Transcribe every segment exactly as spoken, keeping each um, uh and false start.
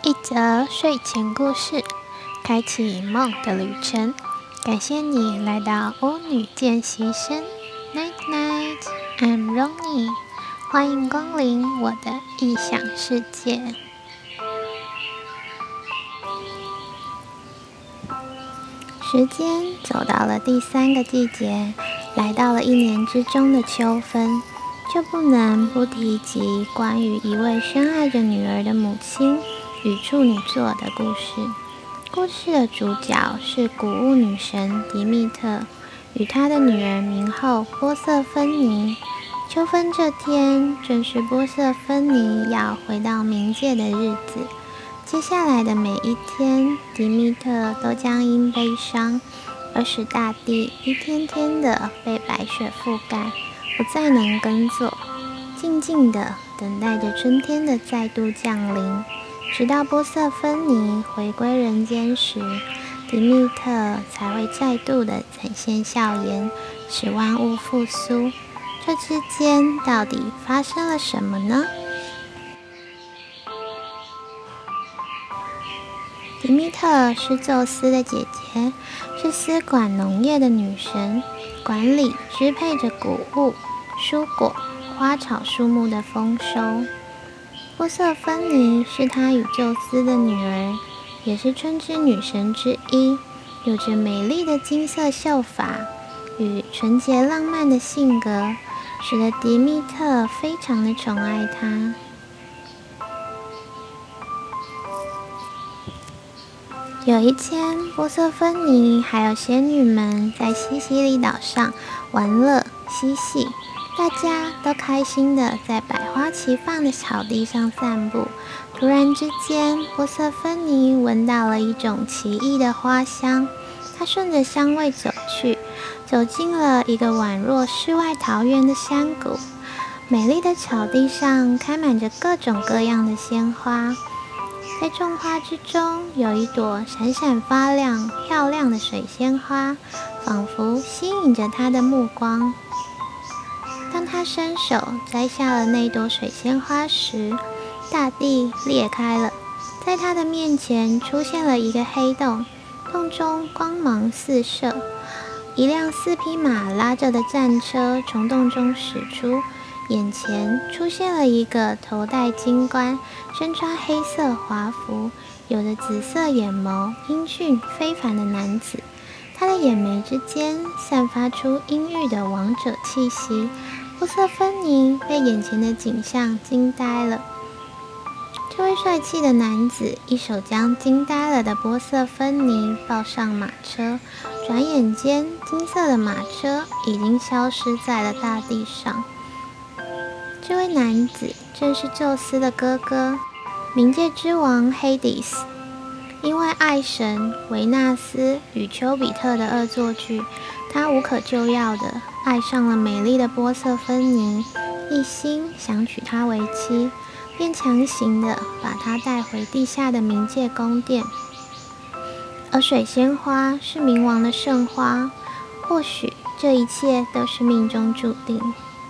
一则睡前故事，开启梦的旅程。感谢你来到巫女见习生 ，Night Night，I'm Ronnie， 欢迎光临我的异想世界。时间走到了第三个季节，来到了一年之中的秋分，就不能不提及关于一位深爱着女儿的母亲与处女座的故事。故事的主角是谷物女神迪密特与她的女儿冥后波瑟芬妮。秋分这天，正是波瑟芬妮要回到冥界的日子。接下来的每一天，迪密特都将因悲伤而使大地一天天的被白雪覆盖，不再能耕作，静静的等待着春天的再度降临。直到波瑟芬妮回归人间时，迪密特才会再度的展现笑颜，使万物复苏。这之间到底发生了什么呢？迪密特是宙斯的姐姐，是司管农业的女神，管理支配着谷物、蔬果、花草树木的丰收。波瑟芬妮是她与宙斯的女儿，也是春之女神之一，有着美丽的金色秀发与纯洁浪漫的性格，使得迪密特非常的宠爱她。有一天，波瑟芬妮还有仙女们在西西里岛上玩乐嬉戏，大家都开心的在百花齐放的草地上散步。突然之间，波瑟芬妮闻到了一种奇异的花香，她顺着香味走去，走进了一个宛若世外桃源的山谷。美丽的草地上开满着各种各样的鲜花，在众花之中，有一朵闪闪发亮、漂亮的水仙花，仿佛吸引着他的目光。当他伸手摘下了那朵水仙花时，大地裂开了，在他的面前出现了一个黑洞，洞中光芒四射，一辆四匹马拉着的战车从洞中驶出。眼前出现了一个头戴金冠、身穿黑色华服、有着紫色眼眸、英俊非凡的男子。他的眼眉之间散发出阴郁的王者气息。波瑟芬妮被眼前的景象惊呆了。这位帅气的男子一手将惊呆了的波瑟芬妮抱上马车，转眼间金色的马车已经消失在了大地上。这位男子正是宙斯的哥哥，冥界之王黑迪斯。因为爱神维纳斯与丘比特的恶作剧，他无可救药地爱上了美丽的波瑟芬妮，一心想娶她为妻，便强行地把她带回地下的冥界宫殿。而水仙花是冥王的圣花，或许这一切都是命中注定。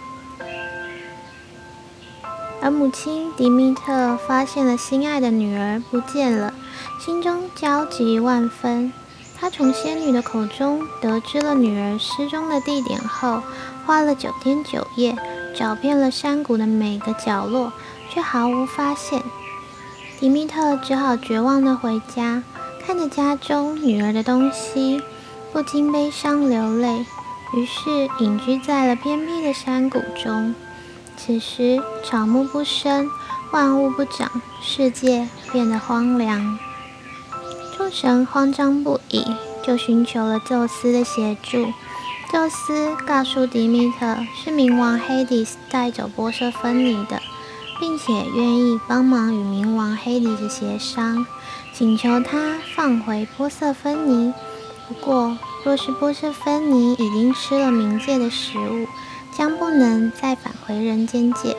而母亲迪密特发现了心爱的女儿不见了，心中焦急万分。她从仙女的口中得知了女儿失踪的地点后，花了九天九夜，找遍了山谷的每个角落，却毫无发现。迪密特只好绝望地回家，看着家中女儿的东西，不禁悲伤流泪，于是隐居在了偏僻的山谷中。此时草木不生，万物不长，世界变得荒凉。众神慌张不已，就寻求了宙斯的协助。宙斯告诉迪密特，是冥王黑迪斯带走波瑟芬妮的，并且愿意帮忙与冥王黑迪斯协商，请求他放回波瑟芬妮。不过，若是波瑟芬妮已经吃了冥界的食物，将不能再返回人间界。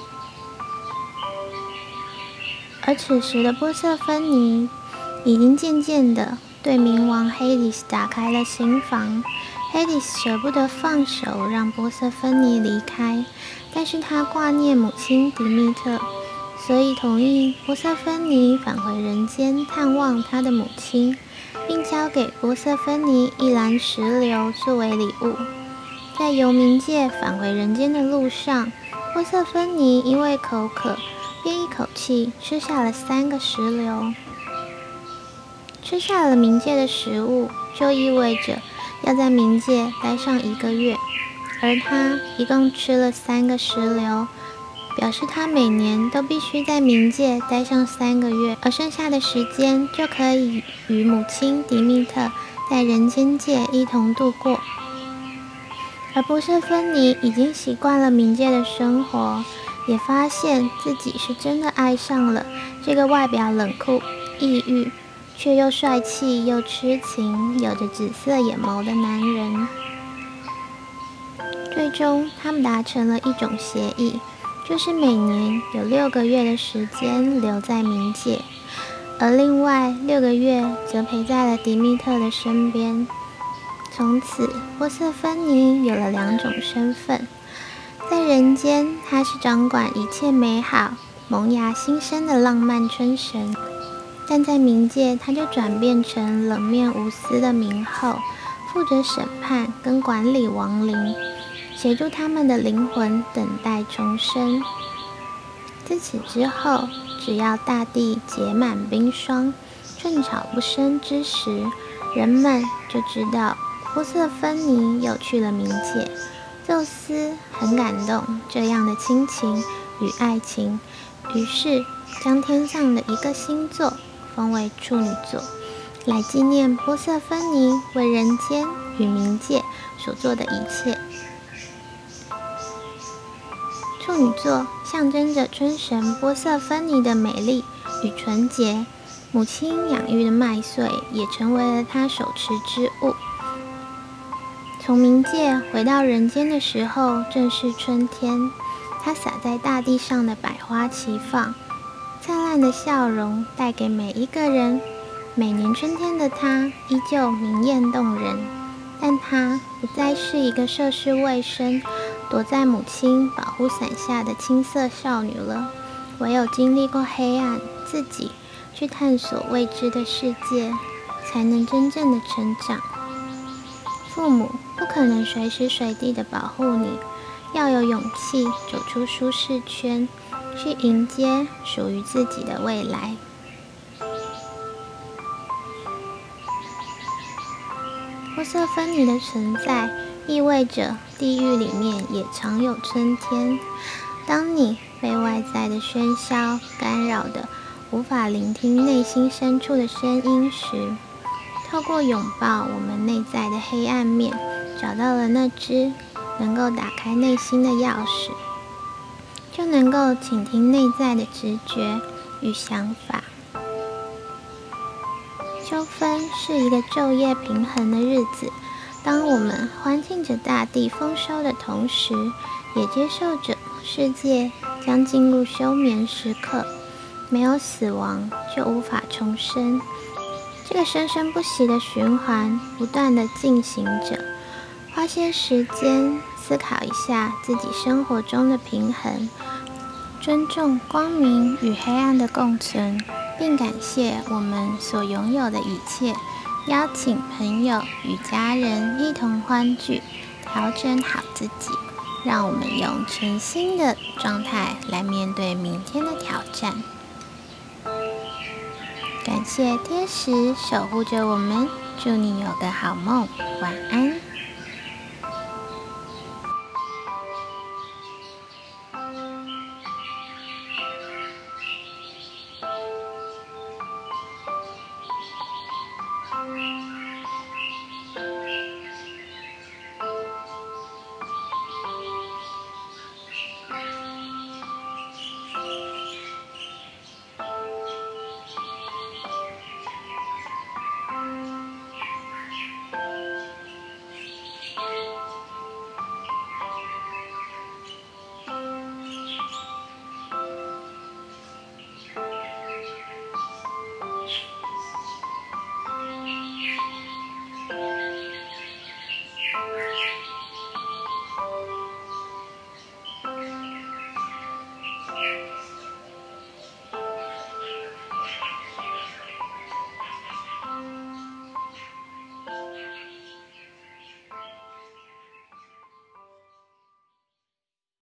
而此时的波瑟芬妮已经渐渐地对冥王黑迪斯打开了心房。黑迪斯舍不得放手让波瑟芬妮离开，但是他挂念母亲迪密特， 所以同意波瑟芬妮返回人间探望她的母亲，并交给波瑟芬妮一篮石榴作为礼物。在由冥界返回人间的路上，波瑟芬妮因为口渴，便一口气吃下了三个石榴。吃下了冥界的食物，就意味着要在冥界待上一个月，而他一共吃了三个石榴，表示他每年都必须在冥界待上三个月，而剩下的时间就可以与母亲迪密特在人间界一同度过。而波瑟芬妮已经习惯了冥界的生活，也发现自己是真的爱上了这个外表冷酷、抑郁，却又帅气又痴情、有着紫色眼眸的男人。最终，他们达成了一种协议，就是每年有六个月的时间留在冥界，而另外六个月则陪在了迪密特的身边。从此，波瑟芬妮有了两种身份。在人间，她是掌管一切美好、萌芽新生的浪漫春神；但在冥界，她就转变成冷面无私的冥后，负责审判跟管理亡灵，协助他们的灵魂等待重生。自此之后，只要大地结满冰霜，寸草不生之时，人们就知道波瑟芬妮又去了冥界。宙斯很感动这样的亲情与爱情，于是将天上的一个星座封为处女座，来纪念波瑟芬妮为人间与冥界所做的一切。处女座象征着春神波瑟芬妮的美丽与纯洁，母亲养育的麦穗也成为了她手持之物。从冥界回到人间的时候，正是春天。它洒在大地上的百花齐放，灿烂的笑容带给每一个人。每年春天的她依旧明艳动人，但她不再是一个涉世未深、躲在母亲保护伞下的青涩少女了。唯有经历过黑暗，自己去探索未知的世界，才能真正的成长。父母不可能随时随地的保护你，要有勇气走出舒适圈，去迎接属于自己的未来。波瑟芬妮的存在意味着地狱里面也常有春天。当你被外在的喧嚣干扰的无法聆听内心深处的声音时，透过拥抱我们内在的黑暗面，找到了那只能够打开内心的钥匙，就能够倾听内在的直觉与想法。秋分是一个昼夜平衡的日子，当我们欢庆着大地丰收的同时，也接受着世界将进入休眠时刻。没有死亡，就无法重生。这个生生不息的循环不断地进行着，花些时间思考一下自己生活中的平衡，尊重光明与黑暗的共存，并感谢我们所拥有的一切，邀请朋友与家人一同欢聚，调整好自己，让我们用全新的状态来面对明天的挑战。感谢天使守护着我们，祝你有个好梦，晚安。